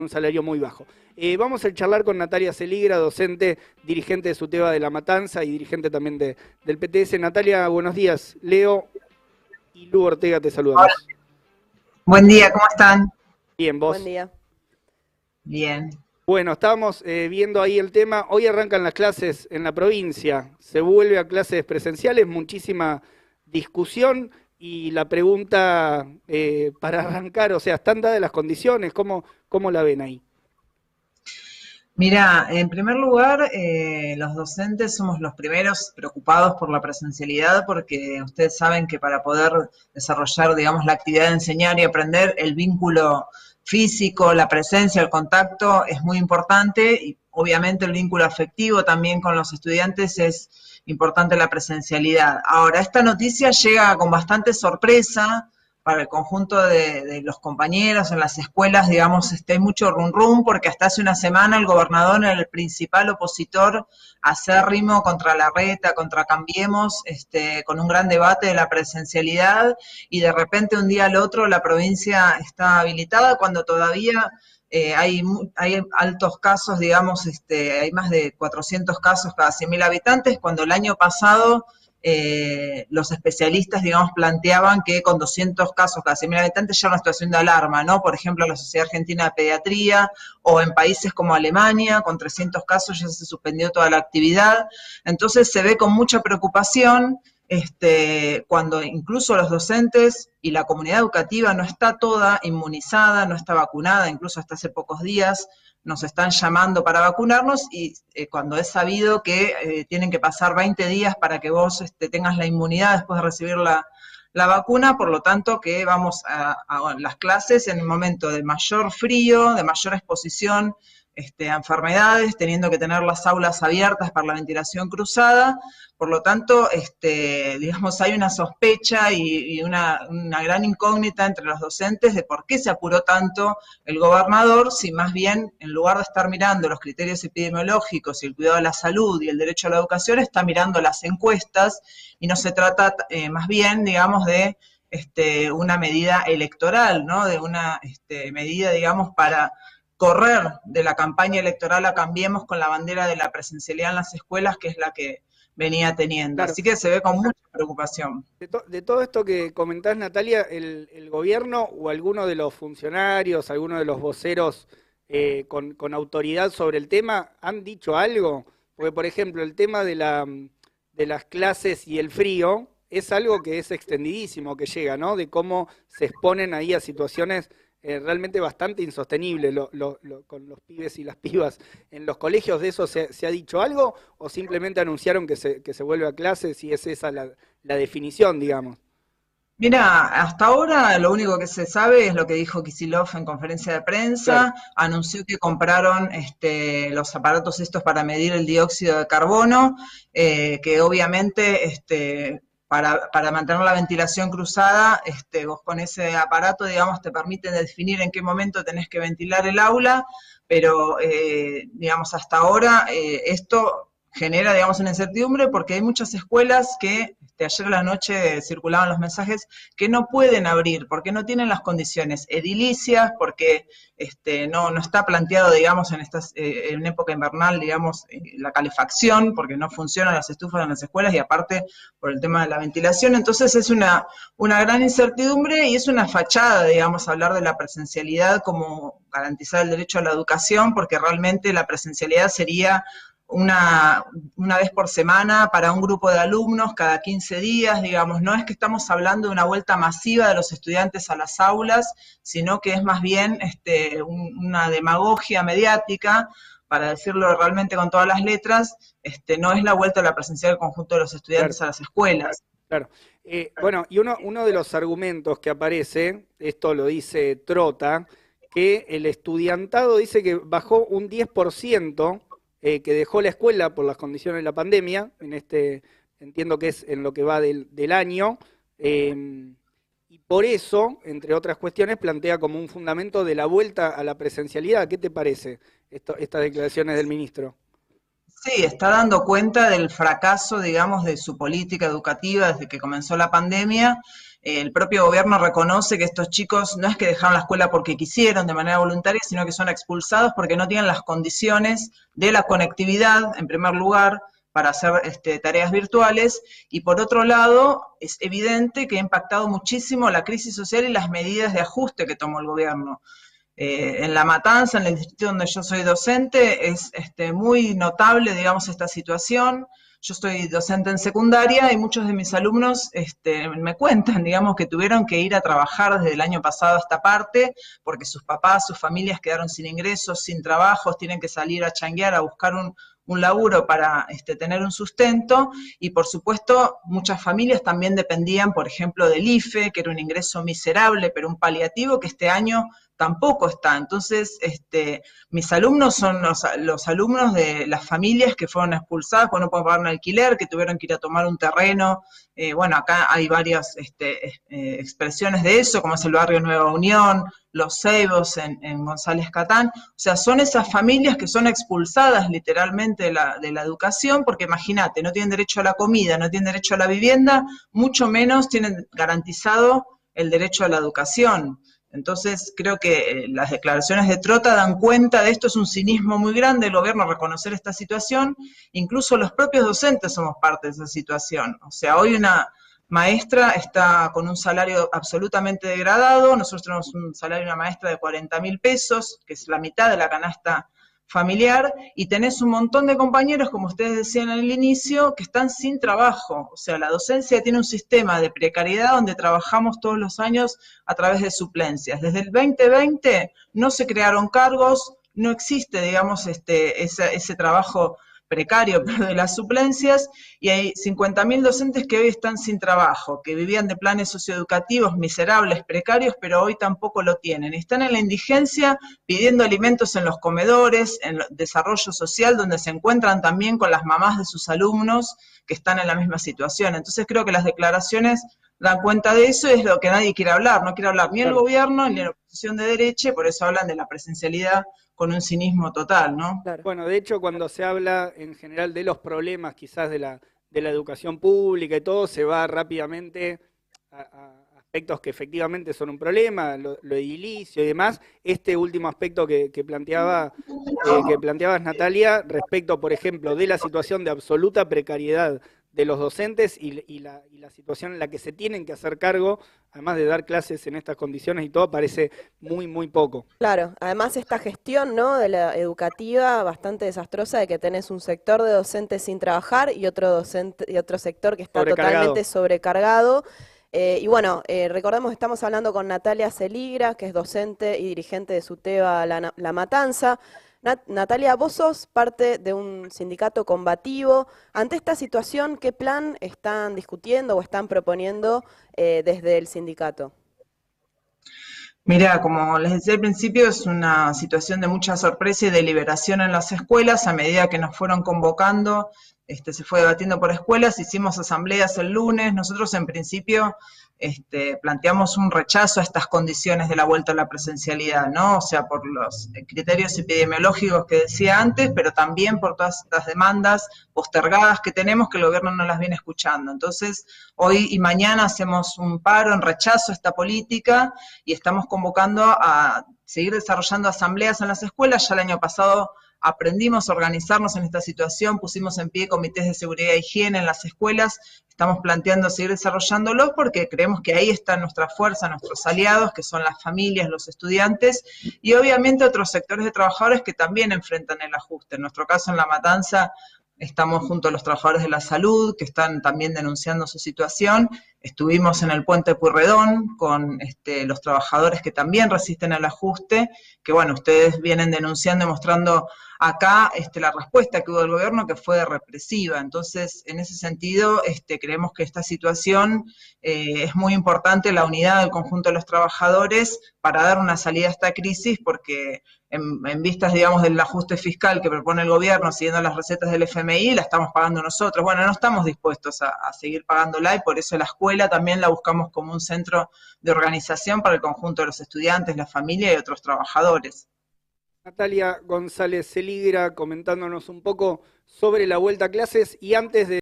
un salario muy bajo. Vamos a charlar con Natalia Seligra, docente, dirigente de SUTEBA de La Matanza y dirigente también del PTS. Natalia, buenos días. Leo y Lu Ortega te Hola, saludamos. buen día, ¿cómo están? Bien, Buen vos. día. Bien. Bueno, estábamos viendo ahí el tema. Hoy arrancan las clases en la provincia. Se vuelve a clases presenciales, muchísima discusión. Y la pregunta para arrancar, o sea, ¿están dadas las condiciones? ¿Cómo la ven ahí? Mira, en primer lugar, los docentes somos los primeros preocupados por la presencialidad porque ustedes saben que para poder desarrollar, digamos, la actividad de enseñar y aprender, el vínculo físico, la presencia, el contacto es muy importante y obviamente el vínculo afectivo también con los estudiantes es importante la presencialidad. Ahora, esta noticia llega con bastante sorpresa para el conjunto de los compañeros en las escuelas, digamos, hay mucho rum rum, porque hasta hace una semana el gobernador era el principal opositor acérrimo contra Larreta, contra Cambiemos, con un gran debate de la presencialidad, y de repente un día al otro la provincia está habilitada cuando todavía hay altos casos, digamos, hay más de 400 casos cada 100.000 habitantes, cuando el año pasado los especialistas, digamos, planteaban que con 200 casos cada 100.000 habitantes ya era una situación de alarma, ¿no? Por ejemplo, la Sociedad Argentina de Pediatría, o en países como Alemania, con 300 casos ya se suspendió toda la actividad. Entonces se ve con mucha preocupación cuando incluso los docentes y la comunidad educativa no está toda inmunizada, no está vacunada, incluso hasta hace pocos días nos están llamando para vacunarnos, y cuando es sabido que tienen que pasar 20 días para que vos tengas la inmunidad después de recibir la vacuna, por lo tanto que vamos a las clases en un momento de mayor frío, de mayor exposición a enfermedades, teniendo que tener las aulas abiertas para la ventilación cruzada. Por lo tanto, digamos, hay una sospecha y una gran incógnita entre los docentes de por qué se apuró tanto el gobernador, si más bien, en lugar de estar mirando los criterios epidemiológicos y el cuidado de la salud y el derecho a la educación, está mirando las encuestas, y no se trata más bien, digamos, de una medida electoral, ¿no? De una medida, digamos, para correr de la campaña electoral a Cambiemos con la bandera de la presencialidad en las escuelas, que es la que venía teniendo. Claro. Así que se ve con mucha preocupación. De todo esto que comentás, Natalia, el gobierno o alguno de los funcionarios, alguno de los voceros con autoridad sobre el tema, ¿han dicho algo? Porque, por ejemplo, el tema de las clases y el frío es algo que es extendidísimo, que llega, ¿no? De cómo se exponen ahí a situaciones realmente bastante insostenibles con los pibes y las pibas en los colegios. ¿De eso se ha dicho algo o simplemente anunciaron que se vuelve a clases y es esa la definición, digamos? Mira, hasta ahora lo único que se sabe es lo que dijo Kicillof en conferencia de Claro, prensa. Anunció que compraron los aparatos estos para medir el dióxido de carbono, que obviamente para mantener la ventilación cruzada, vos con ese aparato, digamos, te permite definir en qué momento tenés que ventilar el aula, pero, digamos, hasta ahora esto genera, digamos, una incertidumbre, porque hay muchas escuelas que ayer a la noche circulaban los mensajes que no pueden abrir porque no tienen las condiciones edilicias, porque no está planteado, digamos, en época invernal, digamos, la calefacción, porque no funcionan las estufas en las escuelas, y aparte por el tema de la ventilación. Entonces es una gran incertidumbre, y es una fachada, digamos, hablar de la presencialidad como garantizar el derecho a la educación, porque realmente la presencialidad sería una vez por semana para un grupo de alumnos, cada 15 días, digamos. No es que estamos hablando de una vuelta masiva de los estudiantes a las aulas, sino que es más bien una demagogia mediática, para decirlo realmente con todas las letras. No es la vuelta a la presencialidad del conjunto de los claro, estudiantes a las escuelas. claro. Bueno, y uno de los argumentos que aparece, esto lo dice Trota, que el estudiantado dice que bajó un 10%, que dejó la escuela por las condiciones de la pandemia, entiendo que es en lo que va del año, y por eso, entre otras cuestiones, plantea como un fundamento de la vuelta a la presencialidad. ¿Qué te parece estas declaraciones del ministro? Sí, está dando cuenta del fracaso, digamos, de su política educativa desde que comenzó la pandemia. El propio gobierno reconoce que estos chicos no es que dejaron la escuela porque quisieron de manera voluntaria, sino que son expulsados porque no tienen las condiciones de la conectividad, en primer lugar, para hacer tareas virtuales, y por otro lado, es evidente que ha impactado muchísimo la crisis social y las medidas de ajuste que tomó el gobierno. En La Matanza, en el distrito donde yo soy docente, es muy notable, digamos, esta situación. Yo soy docente en secundaria y muchos de mis alumnos me cuentan, digamos, que tuvieron que ir a trabajar desde el año pasado a esta parte, porque sus papás, sus familias quedaron sin ingresos, sin trabajos, tienen que salir a changuear, a buscar un laburo para tener un sustento, y por supuesto muchas familias también dependían, por ejemplo, del IFE, que era un ingreso miserable, pero un paliativo que este año tampoco está. Entonces, mis alumnos son los alumnos de las familias que fueron expulsadas porque no pueden pagar un alquiler, que tuvieron que ir a tomar un terreno. Bueno, acá hay varias expresiones de eso, como es el barrio Nueva Unión, Los Ceibos en González Catán. O sea, son esas familias que son expulsadas literalmente de la educación, porque imagínate, no tienen derecho a la comida, no tienen derecho a la vivienda, mucho menos tienen garantizado el derecho a la educación. Entonces, creo que las declaraciones de Trota dan cuenta de esto. Es un cinismo muy grande del gobierno reconocer esta situación. Incluso los propios docentes somos parte de esa situación. O sea, hoy una maestra está con un salario absolutamente degradado. Nosotros tenemos un salario de una maestra de 40.000 pesos, que es la mitad de la canasta familiar, y tenés un montón de compañeros, como ustedes decían en el inicio, que están sin trabajo. O sea, la docencia tiene un sistema de precariedad donde trabajamos todos los años a través de suplencias. Desde el 2020 no se crearon cargos, no existe, digamos, ese trabajo precario de las suplencias, y hay 50.000 docentes que hoy están sin trabajo, que vivían de planes socioeducativos miserables, precarios, pero hoy tampoco lo tienen. Están en la indigencia pidiendo alimentos en los comedores, en el desarrollo social, donde se encuentran también con las mamás de sus alumnos que están en la misma situación. Entonces creo que las declaraciones dan cuenta de eso, y es lo que nadie quiere hablar. No quiere hablar ni el Claro. gobierno ni la oposición de derecha, por eso hablan de la presencialidad con un cinismo total, ¿no? Claro. Bueno, de hecho, cuando se habla en general de los problemas quizás de la educación pública y todo, se va rápidamente a aspectos que efectivamente son un problema, lo edilicio y demás. Este último aspecto que planteabas, Natalia, respecto, por ejemplo, de la situación de absoluta precariedad de los docentes y la situación en la que se tienen que hacer cargo, además de dar clases en estas condiciones y todo, parece muy, muy poco. Claro, además esta gestión, ¿no?, de la educativa bastante desastrosa, de que tenés un sector de docentes sin trabajar y otro docente y otro sector que está Sobrecargado. totalmente sobrecargado. Y bueno, recordemos que estamos hablando con Natalia Celigra, que es docente y dirigente de SUTEBA La Matanza. Natalia, vos sos parte de un sindicato combativo. Ante esta situación, ¿qué plan están discutiendo o están proponiendo desde el sindicato? Mira, como les decía al principio, es una situación de mucha sorpresa y de liberación en las escuelas. A medida que nos fueron convocando, se fue debatiendo por escuelas, hicimos asambleas el lunes. Nosotros en principio planteamos un rechazo a estas condiciones de la vuelta a la presencialidad, ¿no? O sea, por los criterios epidemiológicos que decía antes, pero también por todas estas demandas postergadas que tenemos, que el gobierno no las viene escuchando. Entonces, hoy y mañana hacemos un paro en rechazo a esta política, y estamos convocando a seguir desarrollando asambleas en las escuelas. Ya el año pasado aprendimos a organizarnos en esta situación, pusimos en pie comités de seguridad e higiene en las escuelas. Estamos planteando seguir desarrollándolos porque creemos que ahí está nuestra fuerza, nuestros aliados, que son las familias, los estudiantes, y obviamente otros sectores de trabajadores que también enfrentan el ajuste. En nuestro caso, en La Matanza, estamos junto a los trabajadores de la salud, que están también denunciando su situación. Estuvimos en el puente Pueyrredón con los trabajadores que también resisten al ajuste, que bueno, ustedes vienen denunciando y mostrando acá la respuesta que hubo del gobierno, que fue represiva. Entonces, en ese sentido, creemos que esta situación es muy importante, la unidad del conjunto de los trabajadores para dar una salida a esta crisis, porque en vistas, digamos, del ajuste fiscal que propone el gobierno, siguiendo las recetas del FMI, la estamos pagando nosotros. Bueno, no estamos dispuestos a seguir pagándola, y por eso la escuela también la buscamos como un centro de organización para el conjunto de los estudiantes, la familia y otros trabajadores. Natalia González Celigra comentándonos un poco sobre la vuelta a clases y antes de